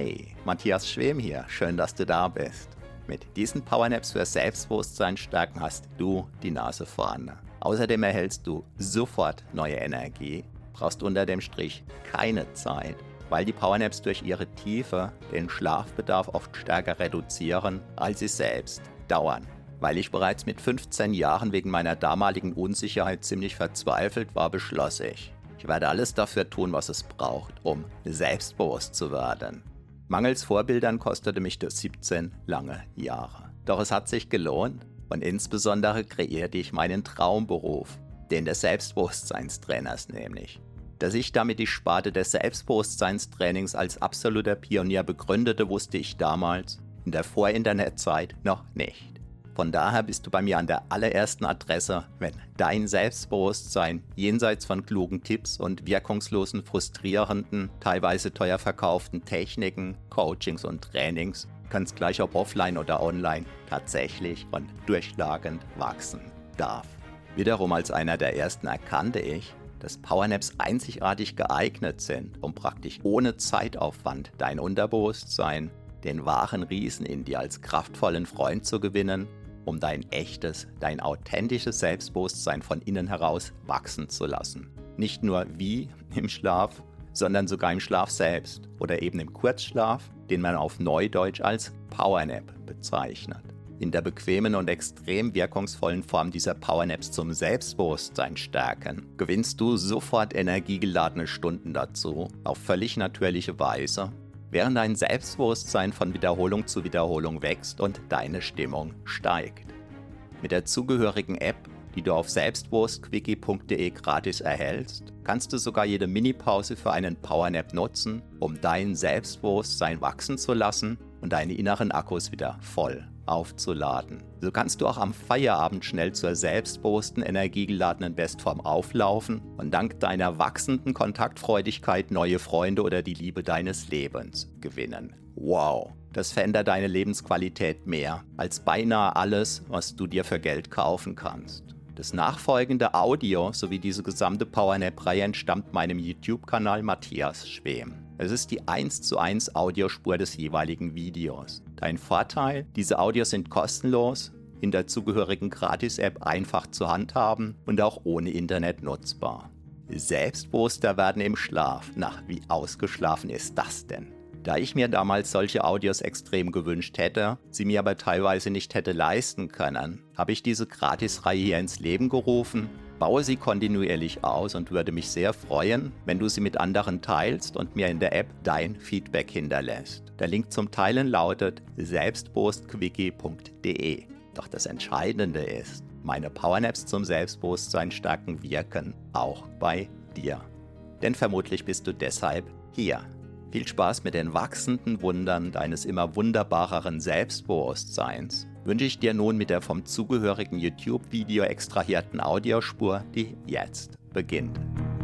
Hey, Matthias Schwem hier, schön, dass du da bist. Mit diesen Powernaps für Selbstbewusstsein stärken hast du die Nase vorne. Außerdem erhältst du sofort neue Energie, brauchst unter dem Strich keine Zeit, weil die Powernaps durch ihre Tiefe den Schlafbedarf oft stärker reduzieren, als sie selbst dauern. Weil ich bereits mit 15 Jahren wegen meiner damaligen Unsicherheit ziemlich verzweifelt war, beschloss ich werde alles dafür tun, was es braucht, um selbstbewusst zu werden. Mangels Vorbildern kostete mich das 17 lange Jahre. Doch es hat sich gelohnt und insbesondere kreierte ich meinen Traumberuf, den des Selbstbewusstseinstrainers nämlich. Dass ich damit die Sparte des Selbstbewusstseinstrainings als absoluter Pionier begründete, wusste ich damals, in der Vor-Internet-Zeit, noch nicht. Von daher bist du bei mir an der allerersten Adresse, wenn dein Selbstbewusstsein jenseits von klugen Tipps und wirkungslosen, frustrierenden, teilweise teuer verkauften Techniken, Coachings und Trainings, ganz gleich ob offline oder online, tatsächlich und durchschlagend wachsen darf. Wiederum als einer der ersten erkannte ich, dass Powernaps einzigartig geeignet sind, um praktisch ohne Zeitaufwand dein Unterbewusstsein, den wahren Riesen in dir als kraftvollen Freund zu gewinnen, um dein echtes, dein authentisches Selbstbewusstsein von innen heraus wachsen zu lassen. Nicht nur wie im Schlaf, sondern sogar im Schlaf selbst oder eben im Kurzschlaf, den man auf Neudeutsch als Powernap bezeichnet. In der bequemen und extrem wirkungsvollen Form dieser Powernaps zum Selbstbewusstsein stärken, gewinnst du sofort energiegeladene Stunden dazu, auf völlig natürliche Weise, während dein Selbstbewusstsein von Wiederholung zu Wiederholung wächst und deine Stimmung steigt. Mit der zugehörigen App, die du auf selbstbewusstquickie.de gratis erhältst, kannst du sogar jede Minipause für einen Powernap nutzen, um dein Selbstbewusstsein wachsen zu lassen und deine inneren Akkus wieder voll aufzuladen. So kannst du auch am Feierabend schnell zur selbstbewussten, energiegeladenen Bestform auflaufen und dank deiner wachsenden Kontaktfreudigkeit neue Freunde oder die Liebe deines Lebens gewinnen. Wow, das verändert deine Lebensqualität mehr als beinahe alles, was du dir für Geld kaufen kannst. Das nachfolgende Audio sowie diese gesamte Powernap-Reihe entstammt meinem YouTube-Kanal Matthias Schwem. Es ist die 1:1 Audiospur des jeweiligen Videos. Dein Vorteil, diese Audios sind kostenlos, in der zugehörigen Gratis-App einfach zu handhaben und auch ohne Internet nutzbar. Selbstbewusster werden im Schlaf. Na, wie ausgeschlafen ist das denn? Da ich mir damals solche Audios extrem gewünscht hätte, sie mir aber teilweise nicht hätte leisten können, habe ich diese Gratisreihe hier ins Leben gerufen, baue sie kontinuierlich aus und würde mich sehr freuen, wenn du sie mit anderen teilst und mir in der App dein Feedback hinterlässt. Der Link zum Teilen lautet selbstbewusstquickie.de. Doch das Entscheidende ist, meine Powernaps zum Selbstbewusstsein stärken wirken auch bei dir. Denn vermutlich bist du deshalb hier. Viel Spaß mit den wachsenden Wundern deines immer wunderbareren Selbstbewusstseins wünsche ich dir nun mit der vom zugehörigen YouTube-Video extrahierten Audiospur, die jetzt beginnt.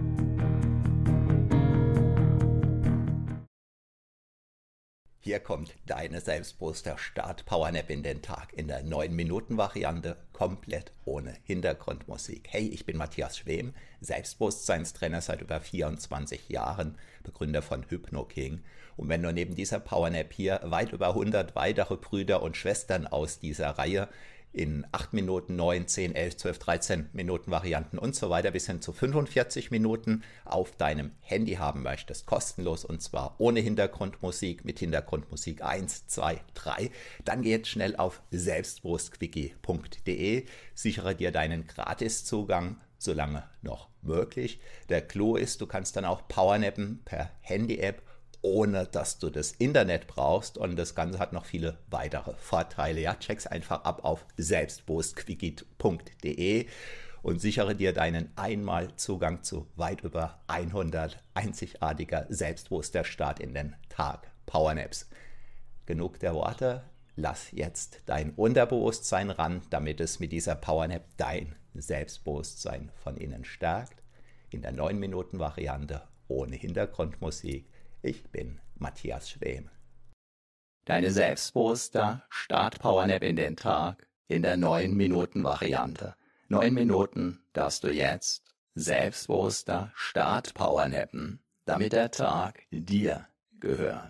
Hier kommt deine selbstbewusster Start-Powernap in den Tag in der 9-Minuten-Variante, komplett ohne Hintergrundmusik. Hey, ich bin Matthias Schwem, Selbstbewusstseinstrainer seit über 24 Jahren, Begründer von HypnoKing. Und wenn du neben dieser Powernap hier weit über 100 weitere Brüder und Schwestern aus dieser Reihe in 8 Minuten, 9, 10, 11, 12, 13 Minuten Varianten und so weiter bis hin zu 45 Minuten auf deinem Handy haben möchtest, kostenlos und zwar ohne Hintergrundmusik, mit Hintergrundmusik 1, 2, 3, dann geh jetzt schnell auf selbstbewusstquickie.de, sichere dir deinen Gratiszugang, solange noch möglich. Der Clou ist, du kannst dann auch Powernappen per Handy-App, ohne dass du das Internet brauchst, und das Ganze hat noch viele weitere Vorteile. Ja, check's einfach ab auf selbstbewusstquickie.de und sichere dir deinen Einmalzugang zu weit über 100 einzigartiger selbstbewusster Start in den Tag Powernaps. Genug der Worte, lass jetzt dein Unterbewusstsein ran, damit es mit dieser Powernap dein Selbstbewusstsein von innen stärkt. In der 9-Minuten-Variante ohne Hintergrundmusik. Ich bin Matthias Schwem. Deine selbstbewusster Start-Powernap in den Tag in der 9-Minuten-Variante. 9 Minuten darfst du jetzt selbstbewusster Start-Powernappen, damit der Tag dir gehört.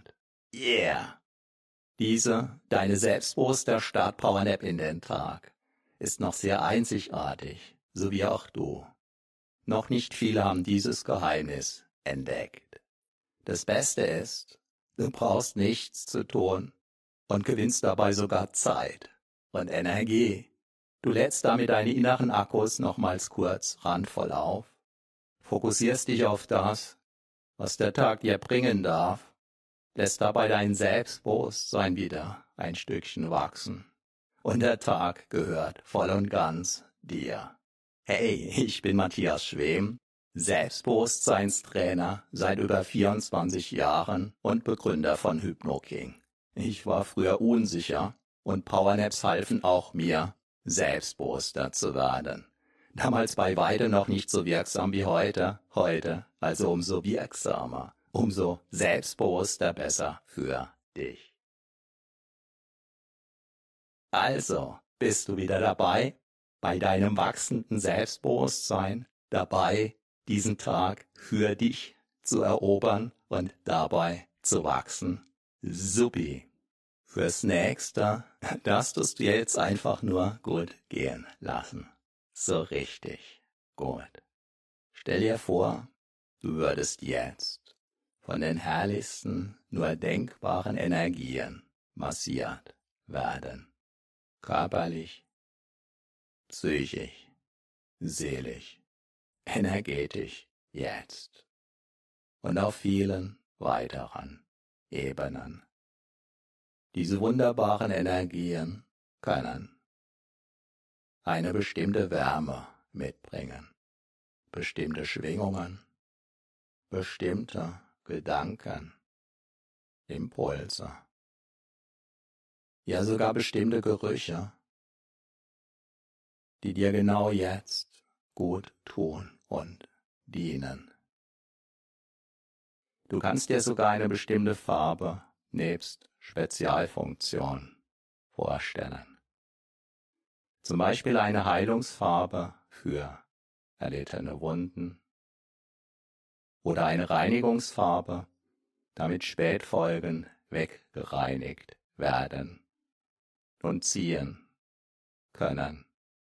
Yeah! Diese, deine selbstbewusste Start-Powernap in den Tag, ist noch sehr einzigartig, so wie auch du. Noch nicht viele haben dieses Geheimnis entdeckt. Das Beste ist, du brauchst nichts zu tun und gewinnst dabei sogar Zeit und Energie. Du lädst damit deine inneren Akkus nochmals kurz randvoll auf, fokussierst dich auf das, was der Tag dir bringen darf, lässt dabei dein Selbstbewusstsein wieder ein Stückchen wachsen. Und der Tag gehört voll und ganz dir. Hey, ich bin Matthias Schwem, Selbstbewusstseinstrainer seit über 24 Jahren und Begründer von HypnoKing. Ich war früher unsicher und Powernaps halfen auch mir, selbstbewusster zu werden. Damals bei weitem noch nicht so wirksam wie heute, also umso wirksamer, umso selbstbewusster besser für dich. Also, bist du wieder dabei, bei deinem wachsenden Selbstbewusstsein, dabei, diesen Tag für dich zu erobern und dabei zu wachsen? Supi! Fürs Nächste darfst du es dir jetzt einfach nur gut gehen lassen. So richtig gut. Stell dir vor, du würdest jetzt von den herrlichsten, nur denkbaren Energien massiert werden. Körperlich, psychisch, seelisch, energetisch, jetzt. Und auf vielen weiteren Ebenen. Diese wunderbaren Energien können eine bestimmte Wärme mitbringen, bestimmte Schwingungen, bestimmte Gedanken, Impulse, ja sogar bestimmte Gerüche, die dir genau jetzt gut tun und dienen. Du kannst dir sogar eine bestimmte Farbe nebst Spezialfunktion vorstellen. Zum Beispiel eine Heilungsfarbe für erlittene Wunden oder eine Reinigungsfarbe, damit Spätfolgen weggereinigt werden und ziehen können,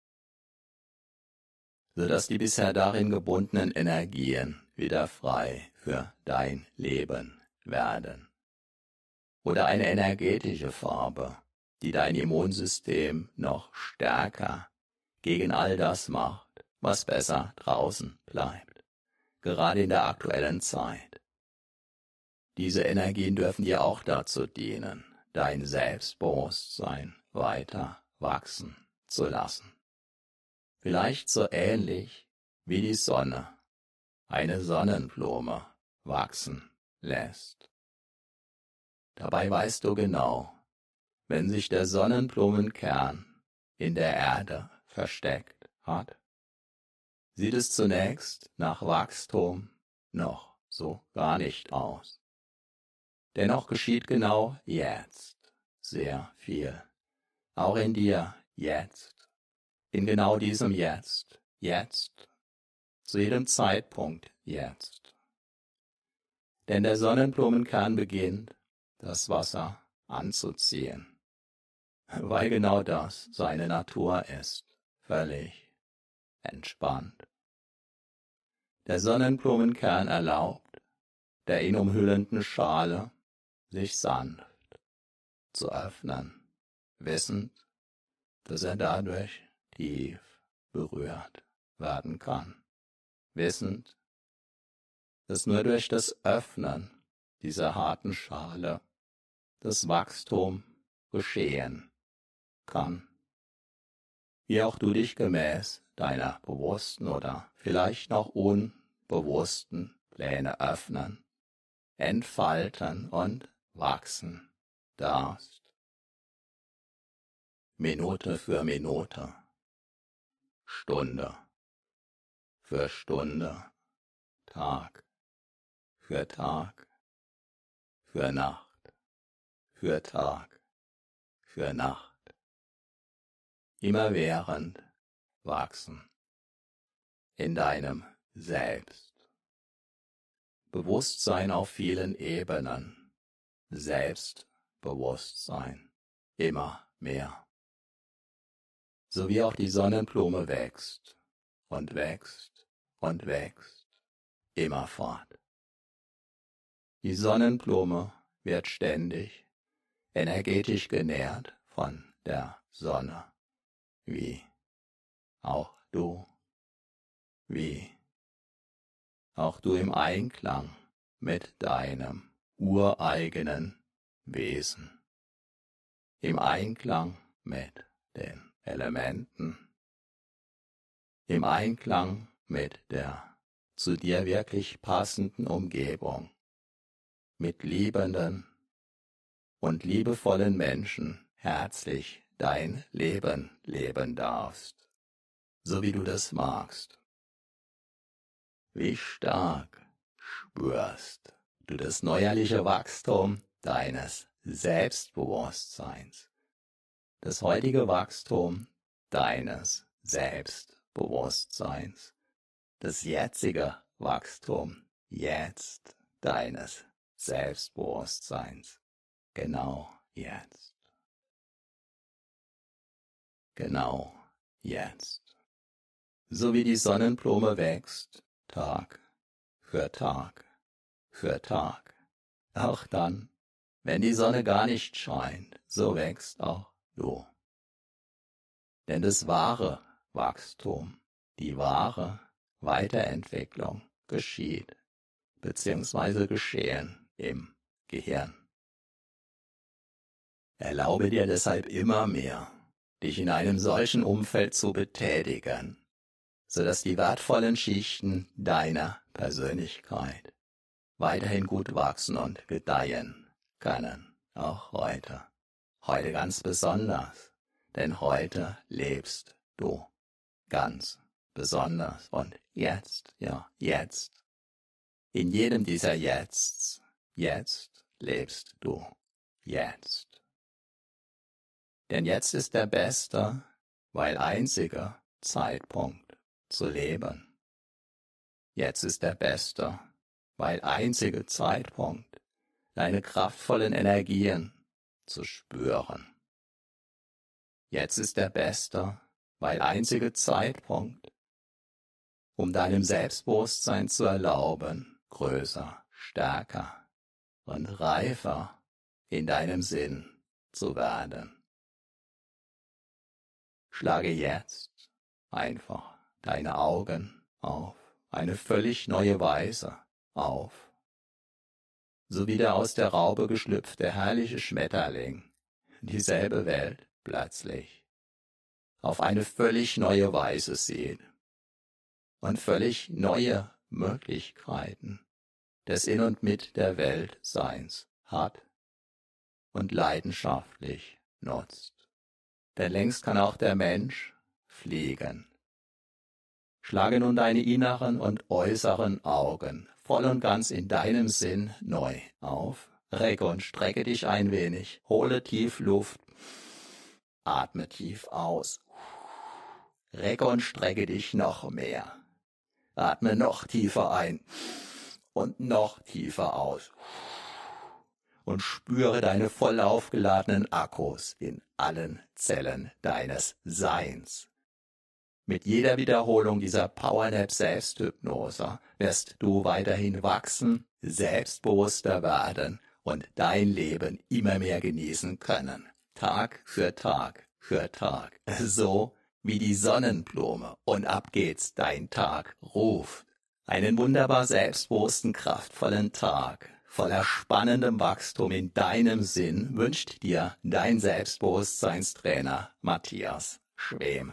sodass die bisher darin gebundenen Energien wieder frei für dein Leben werden. Oder eine energetische Farbe, die dein Immunsystem noch stärker gegen all das macht, was besser draußen bleibt, gerade in der aktuellen Zeit. Diese Energien dürfen dir auch dazu dienen, dein Selbstbewusstsein weiter wachsen zu lassen. Vielleicht so ähnlich wie die Sonne eine Sonnenblume wachsen lässt. Dabei weißt du genau, wenn sich der Sonnenblumenkern in der Erde versteckt hat, sieht es zunächst nach Wachstum noch so gar nicht aus. Dennoch geschieht genau jetzt sehr viel, auch in dir jetzt, in genau diesem Jetzt, zu jedem Zeitpunkt jetzt. Denn der Sonnenblumenkern beginnt, das Wasser anzuziehen, weil genau das seine Natur ist, völlig entspannt. Der Sonnenblumenkern erlaubt der ihn umhüllenden Schale, sich sanft zu öffnen, wissend, dass er dadurch tief berührt werden kann, wissend, dass nur durch das Öffnen dieser harten Schale das Wachstum geschehen kann. Wie auch du dich gemäß deiner bewussten oder vielleicht noch unbewussten Pläne öffnen, entfalten und wachsen darfst. Minute für Minute, Stunde für Stunde, Tag für Tag, für Nacht, für Tag, für Nacht. Immerwährend wachsen in deinem Selbst. Bewusstsein auf vielen Ebenen, Selbstbewusstsein immer mehr. So wie auch die Sonnenblume wächst und wächst und wächst, immerfort. Die Sonnenblume wird ständig energetisch genährt von der Sonne, wie auch du, wie auch du im Einklang mit deinem ureigenen Wesen, im Einklang mit den Elementen, im Einklang mit der zu dir wirklich passenden Umgebung, mit liebenden und liebevollen Menschen herzlich dein Leben leben darfst, so wie du das magst. Wie stark spürst du das neuerliche Wachstum deines Selbstbewusstseins, das heutige Wachstum deines Selbstbewusstseins, das jetzige Wachstum jetzt deines Selbstbewusstseins, genau jetzt. Genau jetzt. So wie die Sonnenblume wächst, Tag für Tag für Tag. Auch dann, wenn die Sonne gar nicht scheint, so wächst auch du. Denn das wahre Wachstum, die wahre Weiterentwicklung geschieht, beziehungsweise geschehen im Gehirn. Erlaube dir deshalb immer mehr, dich in einem solchen Umfeld zu betätigen, sodass die wertvollen Schichten deiner Persönlichkeit weiterhin gut wachsen und gedeihen können, auch heute. Heute ganz besonders, denn heute lebst du ganz besonders und jetzt, ja, jetzt. In jedem dieser Jetzts, jetzt lebst du, jetzt. Denn jetzt ist der beste, weil einzige Zeitpunkt zu leben. Jetzt ist der beste, weil einzige Zeitpunkt, deine kraftvollen Energien zu spüren. Jetzt ist der beste, weil einzige Zeitpunkt, um deinem Selbstbewusstsein zu erlauben, größer, stärker und reifer in deinem Sinn zu werden. Schlage jetzt einfach deine Augen auf eine völlig neue Weise auf, so wie der aus der Raupe geschlüpfte herrliche Schmetterling dieselbe Welt plötzlich auf eine völlig neue Weise sieht und völlig neue Möglichkeiten des In und mit der Welt Seins hat und leidenschaftlich nutzt. Denn längst kann auch der Mensch fliegen. Schlage nun deine inneren und äußeren Augen voll und ganz in deinem Sinn neu auf. Recke und strecke dich ein wenig. Hole tief Luft. Atme tief aus. Recke und strecke dich noch mehr. Atme noch tiefer ein und noch tiefer aus. Und spüre deine voll aufgeladenen Akkus in allen Zellen deines Seins. Mit jeder Wiederholung dieser Powernap Selbsthypnose wirst du weiterhin wachsen, selbstbewusster werden und dein Leben immer mehr genießen können. Tag für Tag für Tag. So wie die Sonnenblume. Und ab geht's, dein Tag ruft. Einen wunderbar selbstbewussten, kraftvollen Tag voller spannendem Wachstum in deinem Sinn wünscht dir dein Selbstbewusstseinstrainer Matthias Schwem.